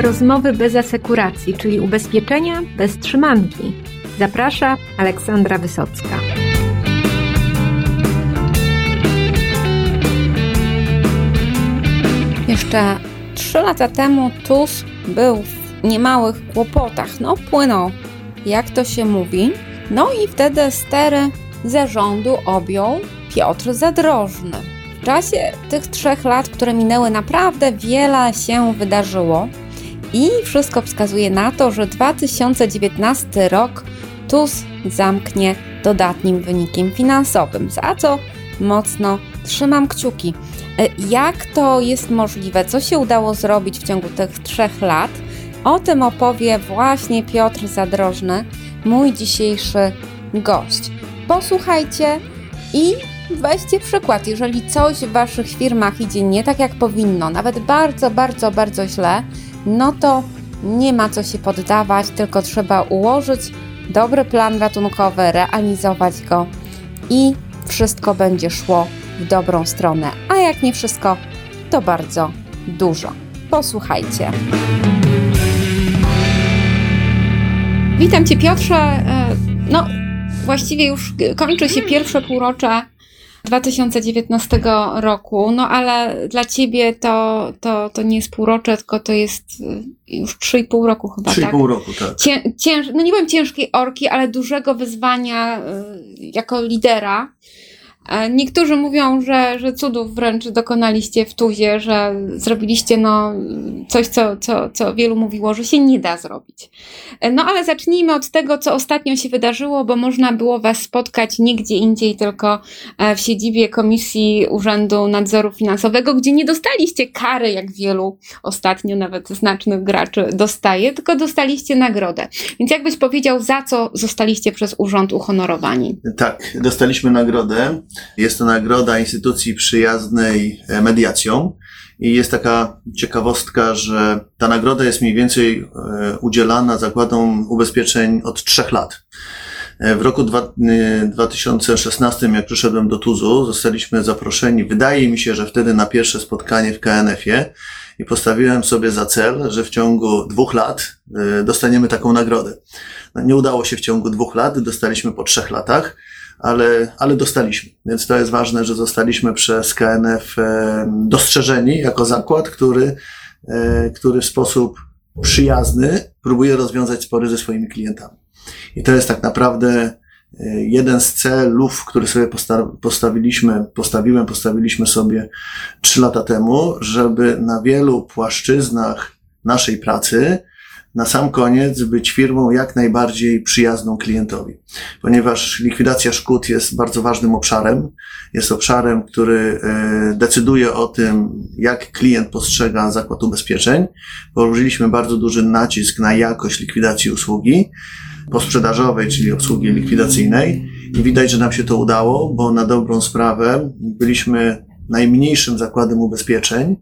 Rozmowy bez asekuracji, czyli ubezpieczenia bez trzymanki. Zaprasza Aleksandra Wysocka. Jeszcze 3 lata temu TUS był w niemałych kłopotach. Płynął, jak to się mówi. I wtedy stery zarządu objął Piotr Zadrożny. W czasie tych 3 lat, które minęły, naprawdę wiele się wydarzyło i wszystko wskazuje na to, że 2019 rok TUS zamknie dodatnim wynikiem finansowym, za co mocno trzymam kciuki. Jak to jest możliwe? Co się udało zrobić w ciągu tych 3 lat? O tym opowie właśnie Piotr Zadrożny, mój dzisiejszy gość. Posłuchajcie i weźcie przykład. Jeżeli coś w waszych firmach idzie nie tak jak powinno, nawet bardzo, bardzo, bardzo źle, to nie ma co się poddawać, tylko trzeba ułożyć dobry plan ratunkowy, realizować go i wszystko będzie szło w dobrą stronę. A jak nie wszystko, to bardzo dużo. Posłuchajcie. Witam Cię, Piotrze. Właściwie już kończy się pierwsze półrocze 2019 roku, ale dla Ciebie to nie jest półrocze, tylko to jest już 3,5 roku chyba, 3,5 roku, tak. Nie powiem ciężkiej orki, ale dużego wyzwania jako lidera. Niektórzy mówią, że cudów wręcz dokonaliście w TUS-ie, że zrobiliście coś, co wielu mówiło, że się nie da zrobić. Ale zacznijmy od tego, co ostatnio się wydarzyło, bo można było Was spotkać nie gdzie indziej, tylko w siedzibie Komisji Urzędu Nadzoru Finansowego, gdzie nie dostaliście kary, jak wielu ostatnio nawet znacznych graczy dostaje, tylko dostaliście nagrodę. Więc jakbyś powiedział, za co zostaliście przez urząd uhonorowani? Tak, dostaliśmy nagrodę. Jest to nagroda instytucji przyjaznej mediacją i jest taka ciekawostka, że ta nagroda jest mniej więcej udzielana zakładom ubezpieczeń od 3 lat. W roku 2016, jak przyszedłem do TUS-u, zostaliśmy zaproszeni, wydaje mi się, że wtedy na pierwsze spotkanie w KNF-ie i postawiłem sobie za cel, że w ciągu 2 lat dostaniemy taką nagrodę. Nie udało się w ciągu 2 lat, dostaliśmy po 3 latach. Ale dostaliśmy. Więc to jest ważne, że zostaliśmy przez KNF dostrzeżeni jako zakład, który w sposób przyjazny próbuje rozwiązać spory ze swoimi klientami. I to jest tak naprawdę jeden z celów, który sobie postawiliśmy sobie 3 lata temu, żeby na wielu płaszczyznach naszej pracy na sam koniec być firmą jak najbardziej przyjazną klientowi. Ponieważ likwidacja szkód jest bardzo ważnym obszarem. Jest obszarem, który decyduje o tym, jak klient postrzega zakład ubezpieczeń. Położyliśmy bardzo duży nacisk na jakość likwidacji usługi posprzedażowej, czyli obsługi likwidacyjnej. I widać, że nam się to udało, bo na dobrą sprawę byliśmy najmniejszym zakładem ubezpieczeń,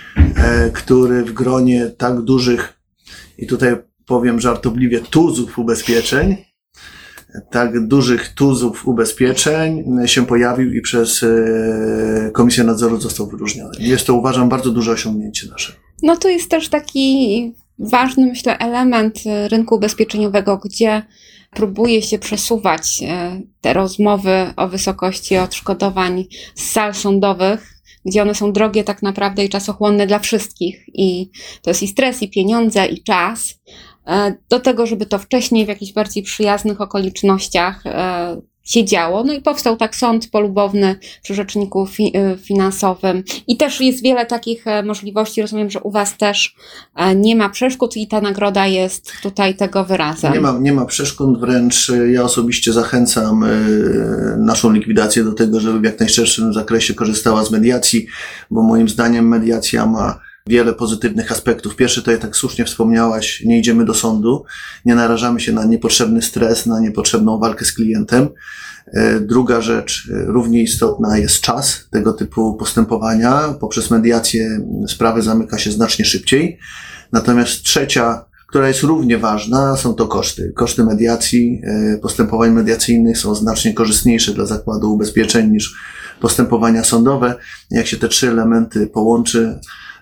który w gronie tak dużych, i tutaj powiem żartobliwie, tuzów ubezpieczeń, tak dużych tuzów ubezpieczeń się pojawił i przez Komisję Nadzoru został wyróżniony. Jest to, uważam, bardzo duże osiągnięcie nasze. To jest też taki ważny, myślę, element rynku ubezpieczeniowego, gdzie próbuje się przesuwać te rozmowy o wysokości odszkodowań z sal sądowych, gdzie one są drogie tak naprawdę i czasochłonne dla wszystkich. I to jest i stres, i pieniądze, i czas. Do tego, żeby to wcześniej w jakichś bardziej przyjaznych okolicznościach się działo. I powstał tak sąd polubowny przy rzeczniku finansowym. I też jest wiele takich możliwości. Rozumiem, że u Was też nie ma przeszkód i ta nagroda jest tutaj tego wyrazem. Nie ma przeszkód, wręcz ja osobiście zachęcam naszą likwidację do tego, żeby w jak najszerszym zakresie korzystała z mediacji, bo moim zdaniem mediacja ma wiele pozytywnych aspektów. Pierwszy to, jak tak słusznie wspomniałaś, nie idziemy do sądu, nie narażamy się na niepotrzebny stres, na niepotrzebną walkę z klientem. Druga rzecz, równie istotna, jest czas tego typu postępowania. Poprzez mediację sprawy zamyka się znacznie szybciej. Natomiast trzecia, która jest równie ważna, są to koszty. Koszty mediacji, postępowań mediacyjnych są znacznie korzystniejsze dla zakładu ubezpieczeń niż postępowania sądowe. Jak się te 3 elementy połączy,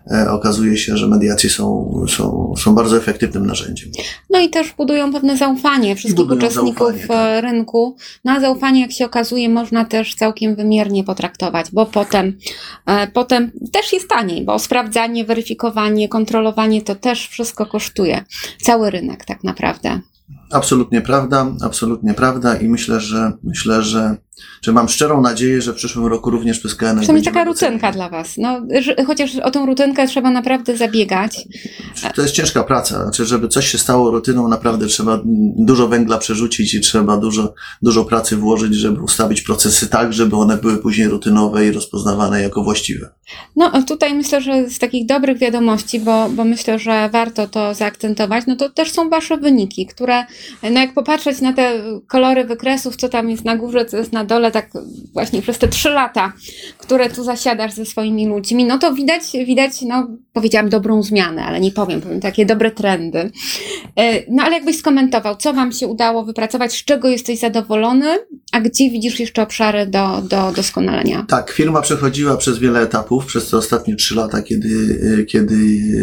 okazuje się, że mediacje są bardzo efektywnym narzędziem. No i też budują pewne zaufanie wszystkich uczestników rynku. No a zaufanie, jak się okazuje, można też całkiem wymiernie potraktować, bo potem też jest taniej, bo sprawdzanie, weryfikowanie, kontrolowanie to też wszystko kosztuje. Cały rynek tak naprawdę. Absolutnie prawda i myślę, że mam szczerą nadzieję, że w przyszłym roku również PSKNS To jest taka rutynka dla Was. No, chociaż o tą rutynkę trzeba naprawdę zabiegać. To jest ciężka praca. Znaczy, żeby coś się stało rutyną, naprawdę trzeba dużo węgla przerzucić i trzeba dużo pracy włożyć, żeby ustawić procesy tak, żeby one były później rutynowe i rozpoznawane jako właściwe. No tutaj myślę, że z takich dobrych wiadomości, bo myślę, że warto to zaakcentować, no to też są Wasze wyniki, które, no jak popatrzeć na te kolory wykresów, co tam jest na górze, co jest na dole, tak właśnie przez te 3 lata, które tu zasiadasz ze swoimi ludźmi, no to widać, no powiedziałam dobrą zmianę, ale nie powiem takie dobre trendy. No ale jakbyś skomentował, co Wam się udało wypracować, z czego jesteś zadowolony, a gdzie widzisz jeszcze obszary do doskonalenia? Tak, firma przechodziła przez wiele etapów, przez te ostatnie 3 lata, kiedy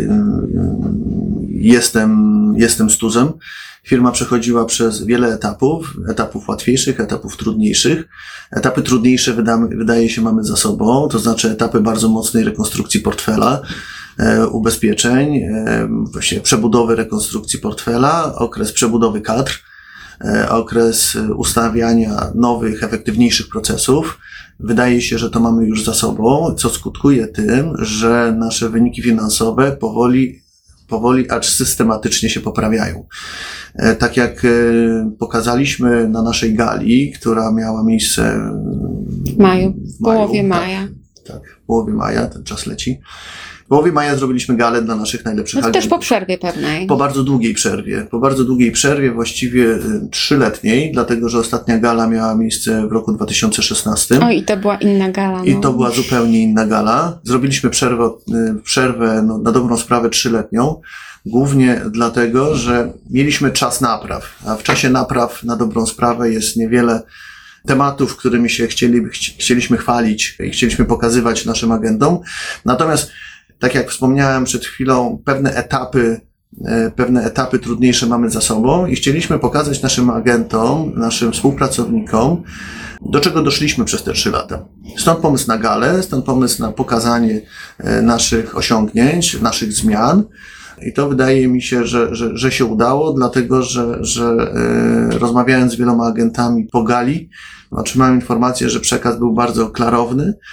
jestem z TUZ-em. Firma przechodziła przez wiele etapów łatwiejszych, etapów trudniejszych. Etapy trudniejsze wydaje się mamy za sobą, to znaczy etapy bardzo mocnej rekonstrukcji portfela, ubezpieczeń, właśnie przebudowy rekonstrukcji portfela, okres przebudowy kadr, okres ustawiania nowych, efektywniejszych procesów. Wydaje się, że to mamy już za sobą, co skutkuje tym, że nasze wyniki finansowe powoli, acz systematycznie się poprawiają. Tak jak pokazaliśmy na naszej gali, która miała miejsce w połowie maja. Tak, w połowie maja, ten czas leci. W połowie maja zrobiliśmy galę dla naszych najlepszych agentów. Też po przerwie pewnej. Po bardzo długiej przerwie, właściwie 3-letniej, dlatego że ostatnia gala miała miejsce w roku 2016. I to była inna gala. I to była zupełnie inna gala. Zrobiliśmy przerwę na dobrą sprawę 3-letnią, głównie dlatego, że mieliśmy czas napraw, a w czasie napraw na dobrą sprawę jest niewiele tematów, którymi się chcieliśmy chwalić i chcieliśmy pokazywać naszym agentom. Natomiast tak jak wspomniałem przed chwilą, pewne etapy trudniejsze mamy za sobą i chcieliśmy pokazać naszym agentom, naszym współpracownikom, do czego doszliśmy przez te 3 lata. Stąd pomysł na galę, stąd pomysł na pokazanie naszych osiągnięć, naszych zmian. I to wydaje mi się, że się udało, dlatego że rozmawiając z wieloma agentami po gali, otrzymałem informację, że przekaz był bardzo klarowny,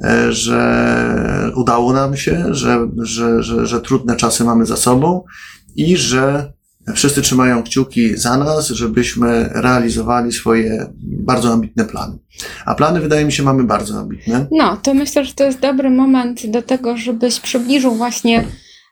że udało nam się, że trudne czasy mamy za sobą i że wszyscy trzymają kciuki za nas, żebyśmy realizowali swoje bardzo ambitne plany. A plany, wydaje mi się, mamy bardzo ambitne. No, to myślę, że to jest dobry moment do tego, żebyś przybliżył właśnie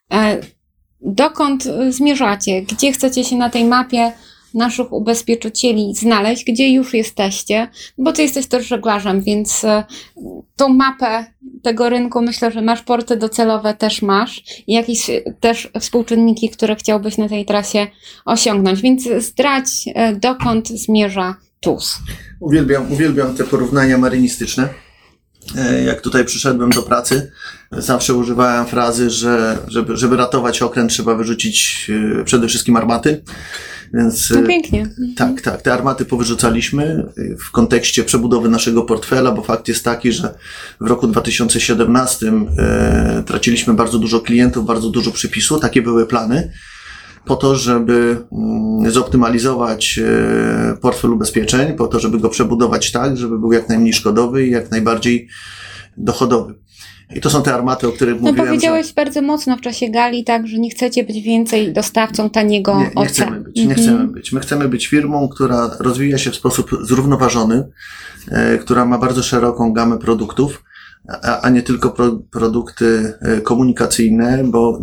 dokąd zmierzacie, gdzie chcecie się na tej mapie naszych ubezpieczycieli znaleźć, gdzie już jesteście, bo Ty jesteś też żeglarzem, więc tą mapę tego rynku myślę, że masz, porty docelowe też masz i jakieś też współczynniki, które chciałbyś na tej trasie osiągnąć, więc zdradź, dokąd zmierza TUZ. Uwielbiam te porównania marynistyczne. Jak tutaj przyszedłem do pracy, zawsze używałem frazy, że żeby ratować okręt, trzeba wyrzucić przede wszystkim armaty. Więc no pięknie. Tak, te armaty powyrzucaliśmy w kontekście przebudowy naszego portfela, bo fakt jest taki, że w roku 2017 traciliśmy bardzo dużo klientów, bardzo dużo przypisu, takie były plany, po to, żeby zoptymalizować portfel ubezpieczeń, po to, żeby go przebudować tak, żeby był jak najmniej szkodowy i jak najbardziej dochodowy. I to są te armaty, o których mówiłem. No powiedziałeś bardzo mocno w czasie gali, tak, że nie chcecie być więcej dostawcą taniego nie chcemy być. My chcemy być firmą, która rozwija się w sposób zrównoważony, która ma bardzo szeroką gamę produktów, a nie tylko produkty komunikacyjne, bo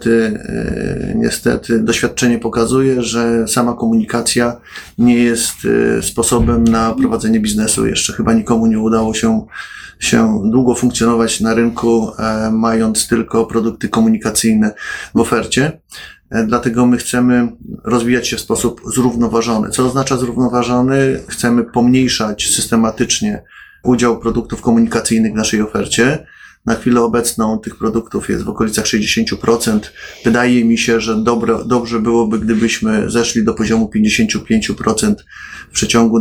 niestety doświadczenie pokazuje, że sama komunikacja nie jest sposobem na prowadzenie biznesu. Jeszcze chyba nikomu nie udało się długo funkcjonować na rynku, mając tylko produkty komunikacyjne w ofercie. Dlatego my chcemy rozwijać się w sposób zrównoważony. Co oznacza zrównoważony? Chcemy pomniejszać systematycznie udział produktów komunikacyjnych w naszej ofercie, Na chwilę obecną tych produktów jest w okolicach 60%. Wydaje mi się, że dobrze byłoby, gdybyśmy zeszli do poziomu 55% w przeciągu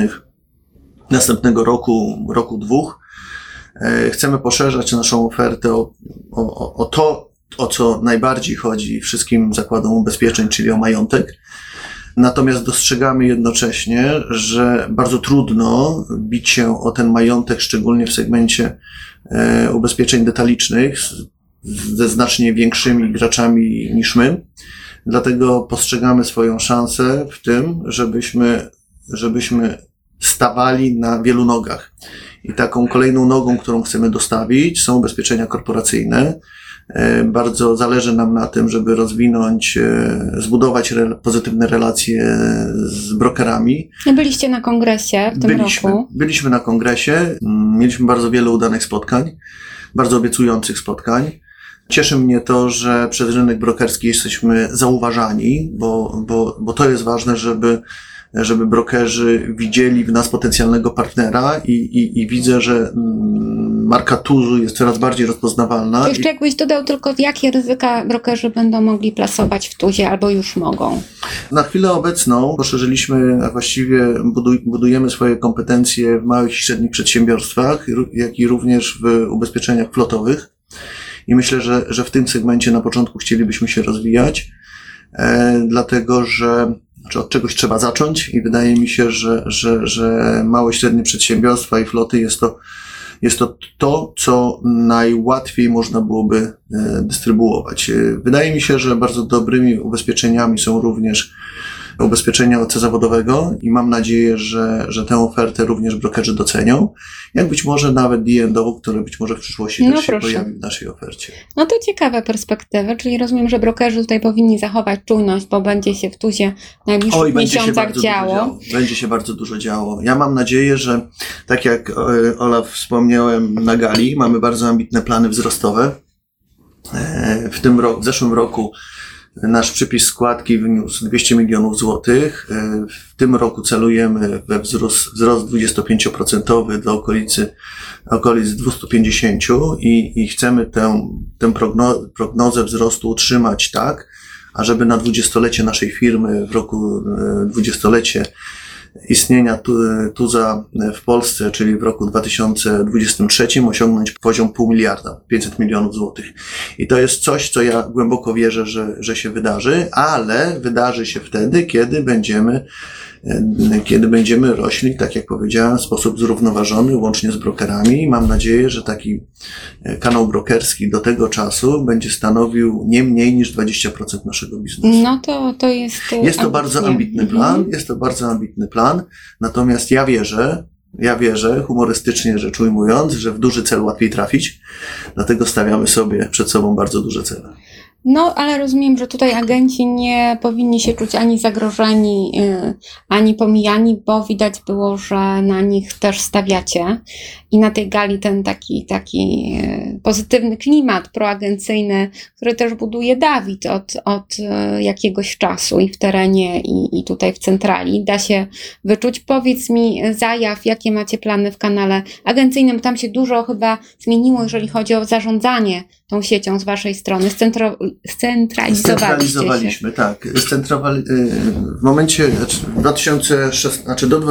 następnego roku, dwóch. Chcemy poszerzać naszą ofertę o to, o co najbardziej chodzi wszystkim zakładom ubezpieczeń, czyli o majątek. Natomiast dostrzegamy jednocześnie, że bardzo trudno bić się o ten majątek, szczególnie w segmencie ubezpieczeń detalicznych ze znacznie większymi graczami niż my. Dlatego postrzegamy swoją szansę w tym, żebyśmy stawali na wielu nogach. I taką kolejną nogą, którą chcemy dostawić, są ubezpieczenia korporacyjne. Bardzo zależy nam na tym, żeby zbudować pozytywne relacje z brokerami. Byliście na kongresie w tym roku. Byliśmy na kongresie, mieliśmy bardzo wiele udanych spotkań, bardzo obiecujących spotkań. Cieszy mnie to, że przez rynek brokerski jesteśmy zauważani, bo to jest ważne, żeby brokerzy widzieli w nas potencjalnego partnera i widzę, że marka TUZ jest coraz bardziej rozpoznawalna. To jeszcze jakbyś dodał tylko, jakie ryzyka brokerzy będą mogli plasować w TUZ-ie albo już mogą? Na chwilę obecną poszerzyliśmy, a właściwie budujemy swoje kompetencje w małych i średnich przedsiębiorstwach, jak i również w ubezpieczeniach flotowych. I myślę, że w tym segmencie na początku chcielibyśmy się rozwijać, dlatego że od czegoś trzeba zacząć i wydaje mi się, że małe i średnie przedsiębiorstwa i floty jest to, co najłatwiej można byłoby dystrybuować. Wydaje mi się, że bardzo dobrymi ubezpieczeniami są również ubezpieczenia OC zawodowego i mam nadzieję, że tę ofertę również brokerzy docenią, jak być może nawet D&O, które być może w przyszłości też się pojawi w naszej ofercie. No to ciekawe perspektywy, czyli rozumiem, że brokerzy tutaj powinni zachować czujność, bo będzie się w TUZ-ie w najbliższych miesiącach działo. Będzie się bardzo dużo działo. Ja mam nadzieję, że tak jak Ola wspomniałem na gali, mamy bardzo ambitne plany wzrostowe. W zeszłym roku nasz przypis składki wyniósł 200 milionów złotych. W tym roku celujemy we wzrost 25% do okolic 250 i chcemy tę prognozę wzrostu utrzymać tak, ażeby na 20-lecie naszej firmy, w roku 20-lecie istnienia TUZ-a w Polsce, czyli w roku 2023 osiągnąć poziom 500 miliarda, 500 milionów złotych. I to jest coś, co ja głęboko wierzę, że się wydarzy, ale wydarzy się wtedy, kiedy będziemy rośli, tak jak powiedziałem, w sposób zrównoważony, łącznie z brokerami. Mam nadzieję, że taki kanał brokerski do tego czasu będzie stanowił nie mniej niż 20% naszego biznesu. No to jest... Jest to bardzo ambitny plan, natomiast ja wierzę, humorystycznie rzecz ujmując, że w duży cel łatwiej trafić, dlatego stawiamy sobie przed sobą bardzo duże cele. No, ale rozumiem, że tutaj agenci nie powinni się czuć ani zagrożeni, ani pomijani, bo widać było, że na nich też stawiacie. I na tej gali ten taki pozytywny klimat proagencyjny, który też buduje Dawid od jakiegoś czasu i w terenie, i tutaj w centrali, da się wyczuć. Powiedz mi, Zajaw, jakie macie plany w kanale agencyjnym? Tam się dużo chyba zmieniło, jeżeli chodzi o zarządzanie tą siecią z waszej strony. Scentralizowaliśmy, tak. W momencie do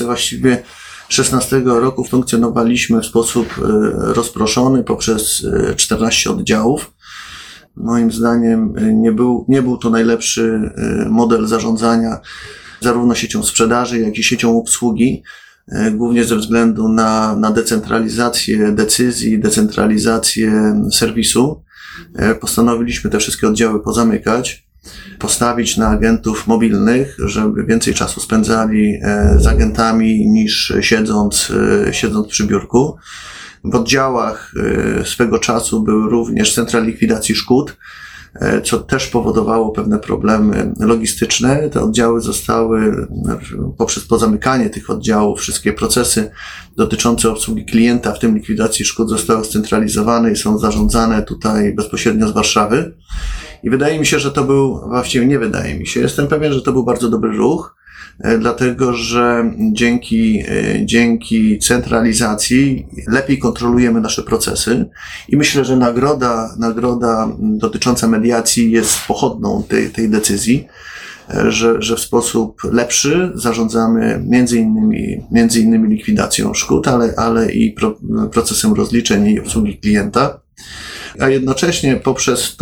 2016 roku funkcjonowaliśmy w sposób rozproszony poprzez 14 oddziałów. Moim zdaniem nie był to najlepszy model zarządzania zarówno siecią sprzedaży, jak i siecią obsługi, głównie ze względu na decentralizację decyzji, decentralizację serwisu. Postanowiliśmy te wszystkie oddziały pozamykać, postawić na agentów mobilnych, żeby więcej czasu spędzali z agentami niż siedząc przy biurku. W oddziałach swego czasu były również centra likwidacji szkód, co też powodowało pewne problemy logistyczne. Te oddziały zostały, poprzez pozamykanie tych oddziałów, wszystkie procesy dotyczące obsługi klienta, w tym likwidacji szkód, zostały scentralizowane i są zarządzane tutaj bezpośrednio z Warszawy. I wydaje mi się, że to był, właściwie nie wydaje mi się, jestem pewien, że to był bardzo dobry ruch. dlatego że dzięki centralizacji lepiej kontrolujemy nasze procesy i myślę, że nagroda dotycząca mediacji jest pochodną tej decyzji, że w sposób lepszy zarządzamy między innymi likwidacją szkód, ale i procesem rozliczeń i obsługi klienta. A jednocześnie poprzez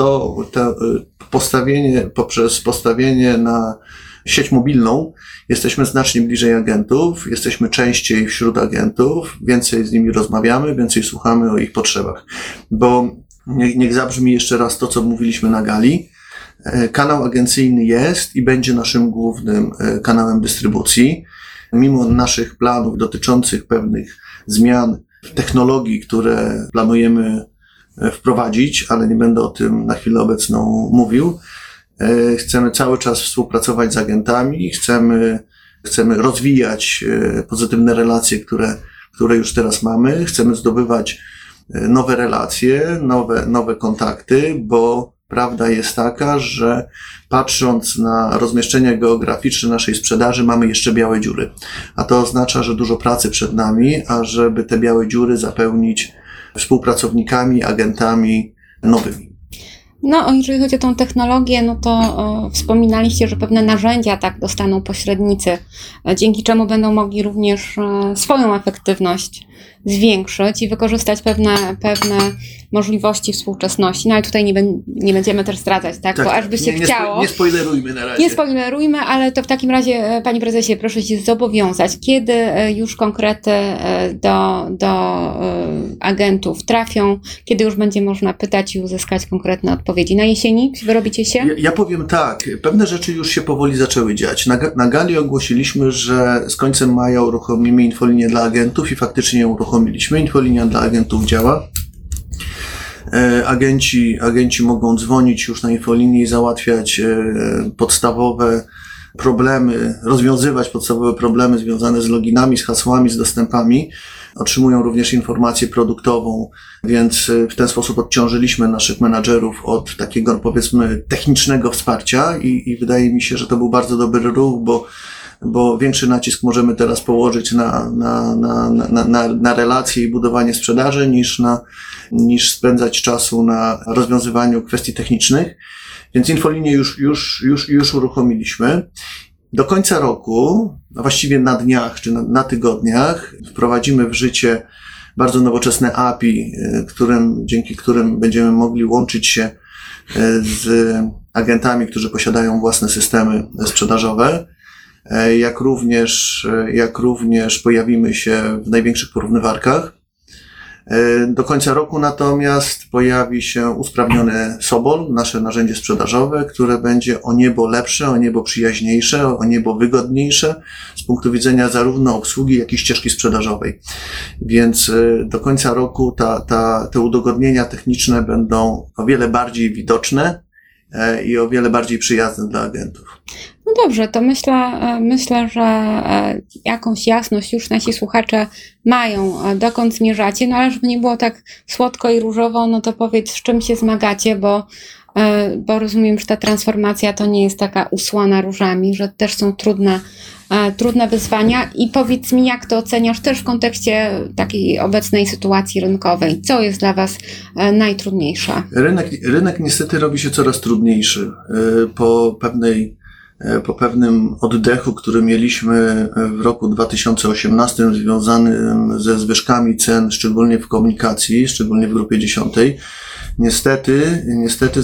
postawienie na sieć mobilną jesteśmy znacznie bliżej agentów, jesteśmy częściej wśród agentów, więcej z nimi rozmawiamy, więcej słuchamy o ich potrzebach. Bo niech zabrzmi jeszcze raz to, co mówiliśmy na gali. Kanał agencyjny jest i będzie naszym głównym kanałem dystrybucji. Mimo naszych planów dotyczących pewnych zmian w technologii, które planujemy wprowadzić, ale nie będę o tym na chwilę obecną mówił, chcemy cały czas współpracować z agentami, chcemy rozwijać pozytywne relacje, które już teraz mamy, chcemy zdobywać nowe relacje, nowe kontakty, bo prawda jest taka, że patrząc na rozmieszczenie geograficzne naszej sprzedaży, mamy jeszcze białe dziury. A to oznacza, że dużo pracy przed nami, a żeby te białe dziury zapełnić współpracownikami, agentami nowymi. No, jeżeli chodzi o tą technologię, no to wspominaliście, że pewne narzędzia tak dostaną pośrednicy, dzięki czemu będą mogli również swoją efektywność zwiększyć i wykorzystać pewne możliwości współczesności. No ale tutaj nie będziemy też zdradzać, tak? Bo aż by się chciało. Nie spoilerujmy na razie. Nie spoilerujmy, ale to w takim razie, Panie Prezesie, proszę się zobowiązać, kiedy już konkrety do agentów trafią, kiedy już będzie można pytać i uzyskać konkretne odpowiedzi. Na jesieni wyrobicie się? Ja powiem tak, pewne rzeczy już się powoli zaczęły dziać. Na gali ogłosiliśmy, że z końcem maja uruchomimy infolinię dla agentów i faktycznie ją uruchomiliśmy. Infolinia dla agentów działa. Agenci mogą dzwonić już na infolinii i załatwiać podstawowe problemy, rozwiązywać podstawowe problemy związane z loginami, z hasłami, z dostępami. Otrzymują również informację produktową, więc w ten sposób odciążyliśmy naszych menadżerów od takiego, powiedzmy, technicznego wsparcia i wydaje mi się, że to był bardzo dobry ruch, bo większy nacisk możemy teraz położyć na relacje i budowanie sprzedaży niż spędzać czasu na rozwiązywaniu kwestii technicznych. Więc infolinię już uruchomiliśmy. Do końca roku, a właściwie na dniach czy na tygodniach, wprowadzimy w życie bardzo nowoczesne API, dzięki którym będziemy mogli łączyć się z agentami, którzy posiadają własne systemy sprzedażowe. Jak również pojawimy się w największych porównywarkach. Do końca roku natomiast pojawi się usprawnione Sobol, nasze narzędzie sprzedażowe, które będzie o niebo lepsze, o niebo przyjaźniejsze, o niebo wygodniejsze z punktu widzenia zarówno obsługi, jak i ścieżki sprzedażowej. Więc do końca roku te udogodnienia techniczne będą o wiele bardziej widoczne i o wiele bardziej przyjazne dla agentów. No dobrze, to myślę, że jakąś jasność już nasi słuchacze mają, dokąd zmierzacie, no ale żeby nie było tak słodko i różowo, no to powiedz, z czym się zmagacie, bo rozumiem, że ta transformacja to nie jest taka usłana różami, że też są trudne wyzwania i powiedz mi, jak to oceniasz też w kontekście takiej obecnej sytuacji rynkowej. Co jest dla Was najtrudniejsze? Rynek niestety robi się coraz trudniejszy. Po pewnym oddechu, który mieliśmy w roku 2018 związanym ze zwyżkami cen, szczególnie w komunikacji, szczególnie w grupie 10, niestety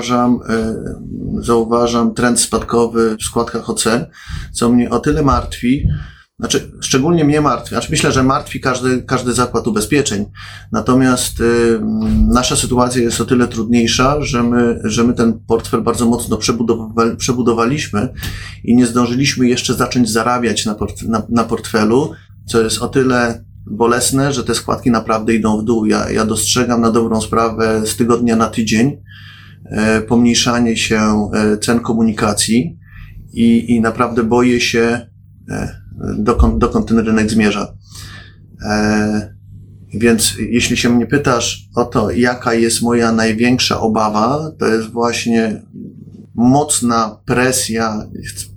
zauważam trend spadkowy w składkach OC, co mnie o tyle martwi, szczególnie mnie martwi, myślę, że martwi każdy zakład ubezpieczeń. Natomiast nasza sytuacja jest o tyle trudniejsza, że my ten portfel bardzo mocno przebudowaliśmy i nie zdążyliśmy jeszcze zacząć zarabiać na portfelu, co jest o tyle bolesne, że te składki naprawdę idą w dół. Ja dostrzegam na dobrą sprawę z tygodnia na tydzień pomniejszanie się cen komunikacji i naprawdę boję się, dokąd ten rynek zmierza. Więc jeśli się mnie pytasz o to, jaka jest moja największa obawa, to jest właśnie mocna presja,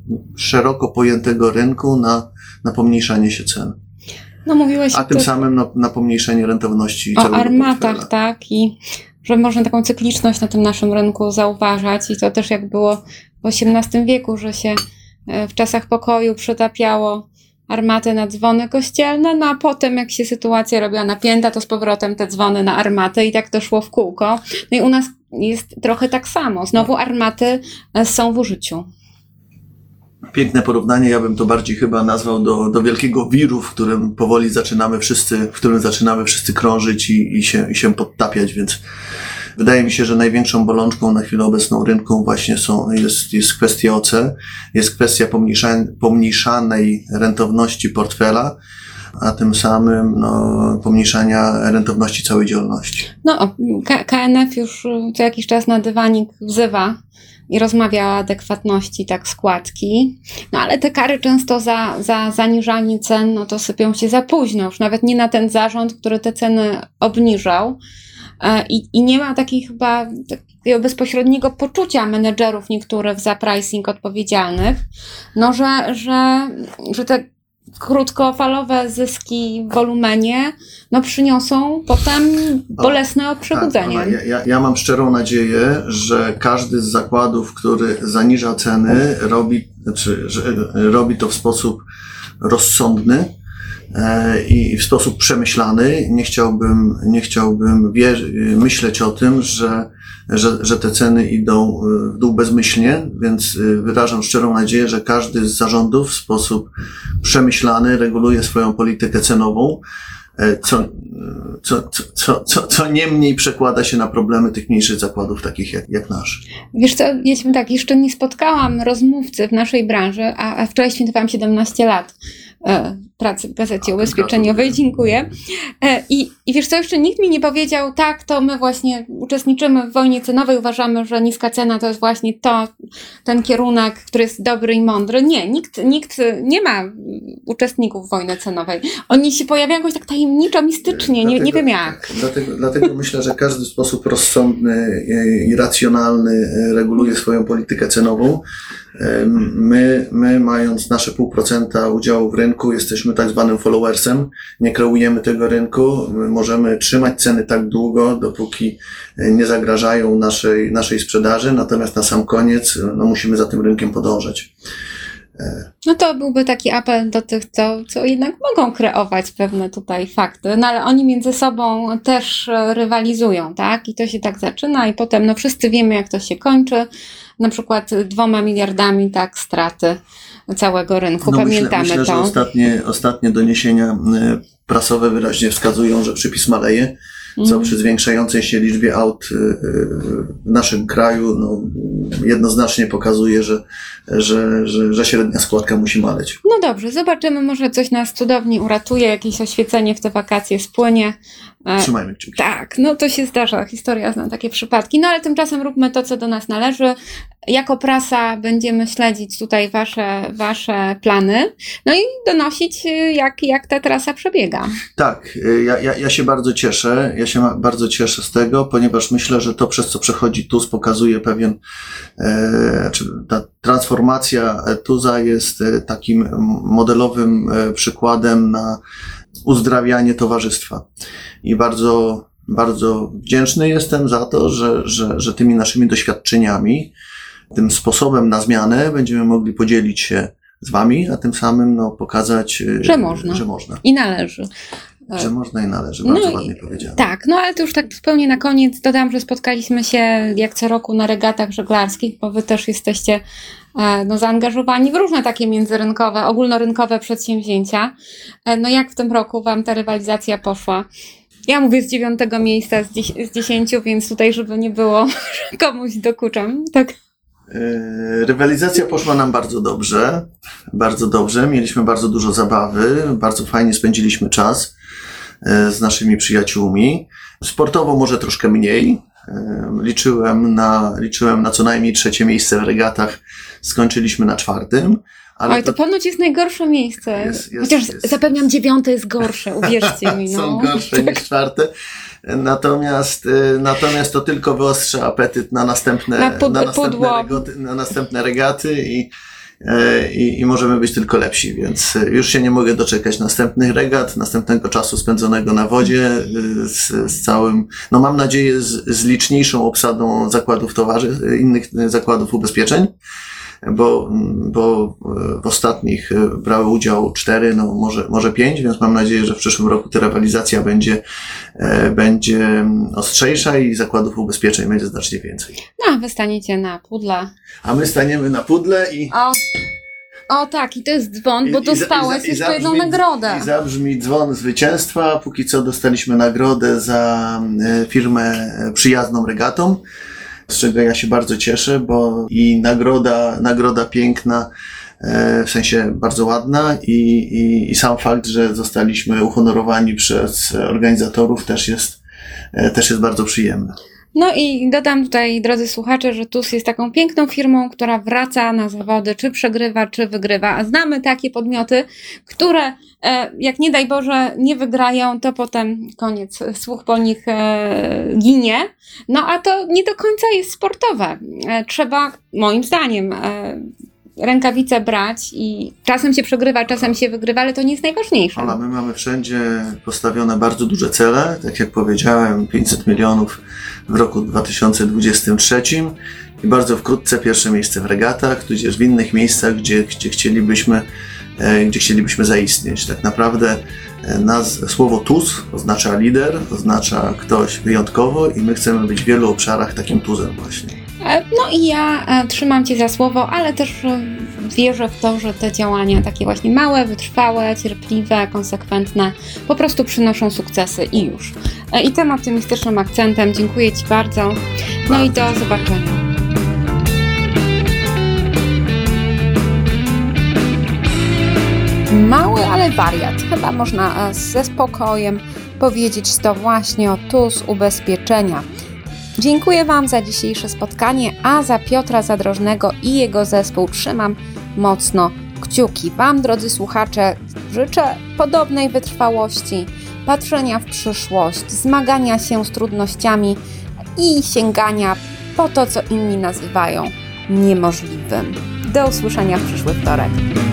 szeroko pojętego rynku na pomniejszanie się cen. No mówiłeś A tym samym na pomniejszenie rentowności o całego armatach, portfela. tak? I że można taką cykliczność na tym naszym rynku zauważać i to też jak było w XVIII wieku, że się w czasach pokoju przytapiało armaty na dzwony kościelne, no a potem jak się sytuacja robiła napięta, to z powrotem te dzwony na armaty i tak to szło w kółko. No i u nas jest trochę tak samo. Znowu armaty są w użyciu. Piękne porównanie, ja bym to bardziej chyba nazwał do wielkiego wiru, w którym powoli zaczynamy wszyscy krążyć i się podtapiać, więc wydaje mi się, że największą bolączką na chwilę obecną rynku właśnie jest kwestia OC, jest kwestia pomniejszanej rentowności portfela, a tym samym pomniejszania rentowności całej działalności. No, KNF już co jakiś czas na dywanik wzywa i rozmawia o adekwatności tak składki. No ale te kary często za zaniżanie cen, no to sypią się za późno, już nawet nie na ten zarząd, który te ceny obniżał. I nie ma takiego bezpośredniego poczucia menedżerów niektórych za pricing odpowiedzialnych, no że te krótkofalowe zyski w wolumenie przyniosą potem bolesne przebudzenie. Tak, ja mam szczerą nadzieję, że każdy z zakładów, który zaniża ceny, robi to w sposób rozsądny i w sposób przemyślany. Nie chciałbym myśleć o tym, że te ceny idą w dół bezmyślnie, więc wyrażam szczerą nadzieję, że każdy z zarządów w sposób przemyślany reguluje swoją politykę cenową, co niemniej przekłada się na problemy tych mniejszych zakładów, takich jak nasz. Wiesz co, jeszcze nie spotkałam rozmówcy w naszej branży, a wczoraj świętowałam 17 lat pracy w Gazecie Ubezpieczeniowej, dziękuję. I wiesz co, jeszcze nikt mi nie powiedział, tak, to my właśnie uczestniczymy w wojnie cenowej, uważamy, że niska cena to jest właśnie ten kierunek, który jest dobry i mądry. Nie, nikt nie ma uczestników wojny cenowej. Oni się pojawiają jakoś tak tajemniczo, mistycznie, nie wiem jak. Dlatego myślę, że każdy w sposób rozsądny i racjonalny reguluje swoją politykę cenową. My mając nasze 0,5% udziału w rynku, jesteśmy tak zwanym followersem, nie kreujemy tego rynku, możemy trzymać ceny tak długo, dopóki nie zagrażają naszej sprzedaży, natomiast na sam koniec musimy za tym rynkiem podążać. No to byłby taki apel do tych, co jednak mogą kreować pewne tutaj fakty, no ale oni między sobą też rywalizują, tak? I to się tak zaczyna i potem wszyscy wiemy, jak to się kończy, na przykład 2 miliardami straty całego rynku, pamiętamy myślę, to. Że ostatnie doniesienia prasowe wyraźnie wskazują, że przypis maleje, co przy zwiększającej się liczbie aut w naszym kraju jednoznacznie pokazuje, że średnia składka musi maleć. No dobrze, zobaczymy, może coś nas cudownie uratuje, jakieś oświecenie w te wakacje spłynie. Trzymajmy kciuki. Tak, to się zdarza, historia zna takie przypadki, ale tymczasem róbmy to, co do nas należy. Jako prasa będziemy śledzić tutaj wasze plany, i donosić, jak ta trasa przebiega. Tak, ja się bardzo cieszę. Ja się bardzo cieszę z tego, ponieważ myślę, że to, przez co przechodzi TUS, pokazuje ta transformacja TUS-a jest takim modelowym przykładem na uzdrawianie towarzystwa. I bardzo, bardzo wdzięczny jestem za to, że tymi naszymi doświadczeniami, tym sposobem na zmianę będziemy mogli podzielić się z wami, a tym samym pokazać, że można. I należy. Że można i należy, bardzo ładnie powiedziane. Tak, ale to już tak zupełnie na koniec dodam, że spotkaliśmy się jak co roku na regatach żeglarskich, bo wy też jesteście zaangażowani w różne takie międzyrynkowe, ogólnorynkowe przedsięwzięcia. Jak w tym roku wam ta rywalizacja poszła? Ja mówię z 9 miejsca z 10, więc tutaj, żeby nie było, że komuś dokuczam. Tak. Rywalizacja poszła nam bardzo dobrze. Bardzo dobrze. Mieliśmy bardzo dużo zabawy. Bardzo fajnie spędziliśmy czas z naszymi przyjaciółmi. Sportowo może troszkę mniej. Liczyłem na co najmniej 3 miejsce w regatach. Skończyliśmy na 4. Ale to ponoć jest najgorsze miejsce. Chociaż zapewniam, 9 jest gorsze, uwierzcie mi. Są gorsze niż 4. Natomiast to tylko wyostrza apetyt na następne regaty i możemy być tylko lepsi, więc już się nie mogę doczekać następnych regat, następnego czasu spędzonego na wodzie z całym, no mam nadzieję z liczniejszą obsadą zakładów innych zakładów ubezpieczeń, bo w ostatnich brały udział 4, no może 5, więc mam nadzieję, że w przyszłym roku ta rywalizacja będzie ostrzejsza i zakładów ubezpieczeń będzie znacznie więcej. No, a wy staniecie na pudle. A my staniemy na pudle i... O tak, i to jest dzwon, bo dostałeś jeszcze jedną nagrodę. I zabrzmi dzwon zwycięstwa. Póki co dostaliśmy nagrodę za firmę przyjazną regatą, z czego ja się bardzo cieszę, bo i nagroda piękna, w sensie bardzo ładna i sam fakt, że zostaliśmy uhonorowani przez organizatorów też jest bardzo przyjemny. No i dodam tutaj, drodzy słuchacze, że TUS jest taką piękną firmą, która wraca na zawody, czy przegrywa, czy wygrywa. A znamy takie podmioty, które jak nie daj Boże nie wygrają, to potem koniec, słuch po nich ginie. No a to nie do końca jest sportowe. Trzeba, moim zdaniem, rękawice brać i czasem się przegrywa, czasem się wygrywa, ale to nie jest najważniejsze. Ale my mamy wszędzie postawione bardzo duże cele, tak jak powiedziałem, 500 milionów w roku 2023 i bardzo wkrótce pierwsze miejsce w regatach, tudzież w innych miejscach, gdzie chcielibyśmy zaistnieć. Tak naprawdę słowo TUS oznacza lider, oznacza ktoś wyjątkowo i my chcemy być w wielu obszarach takim TUS-em właśnie. No i ja trzymam Cię za słowo, ale też wierzę w to, że te działania takie właśnie małe, wytrwałe, cierpliwe, konsekwentne po prostu przynoszą sukcesy i już. I tym optymistycznym akcentem dziękuję Ci bardzo. No i do zobaczenia. Mały, ale wariat. Chyba można ze spokojem powiedzieć to właśnie o TUS Ubezpieczenia. Dziękuję Wam za dzisiejsze spotkanie, a za Piotra Zadrożnego i jego zespół trzymam mocno kciuki. Wam, drodzy słuchacze, życzę podobnej wytrwałości, patrzenia w przyszłość, zmagania się z trudnościami i sięgania po to, co inni nazywają niemożliwym. Do usłyszenia w przyszły wtorek.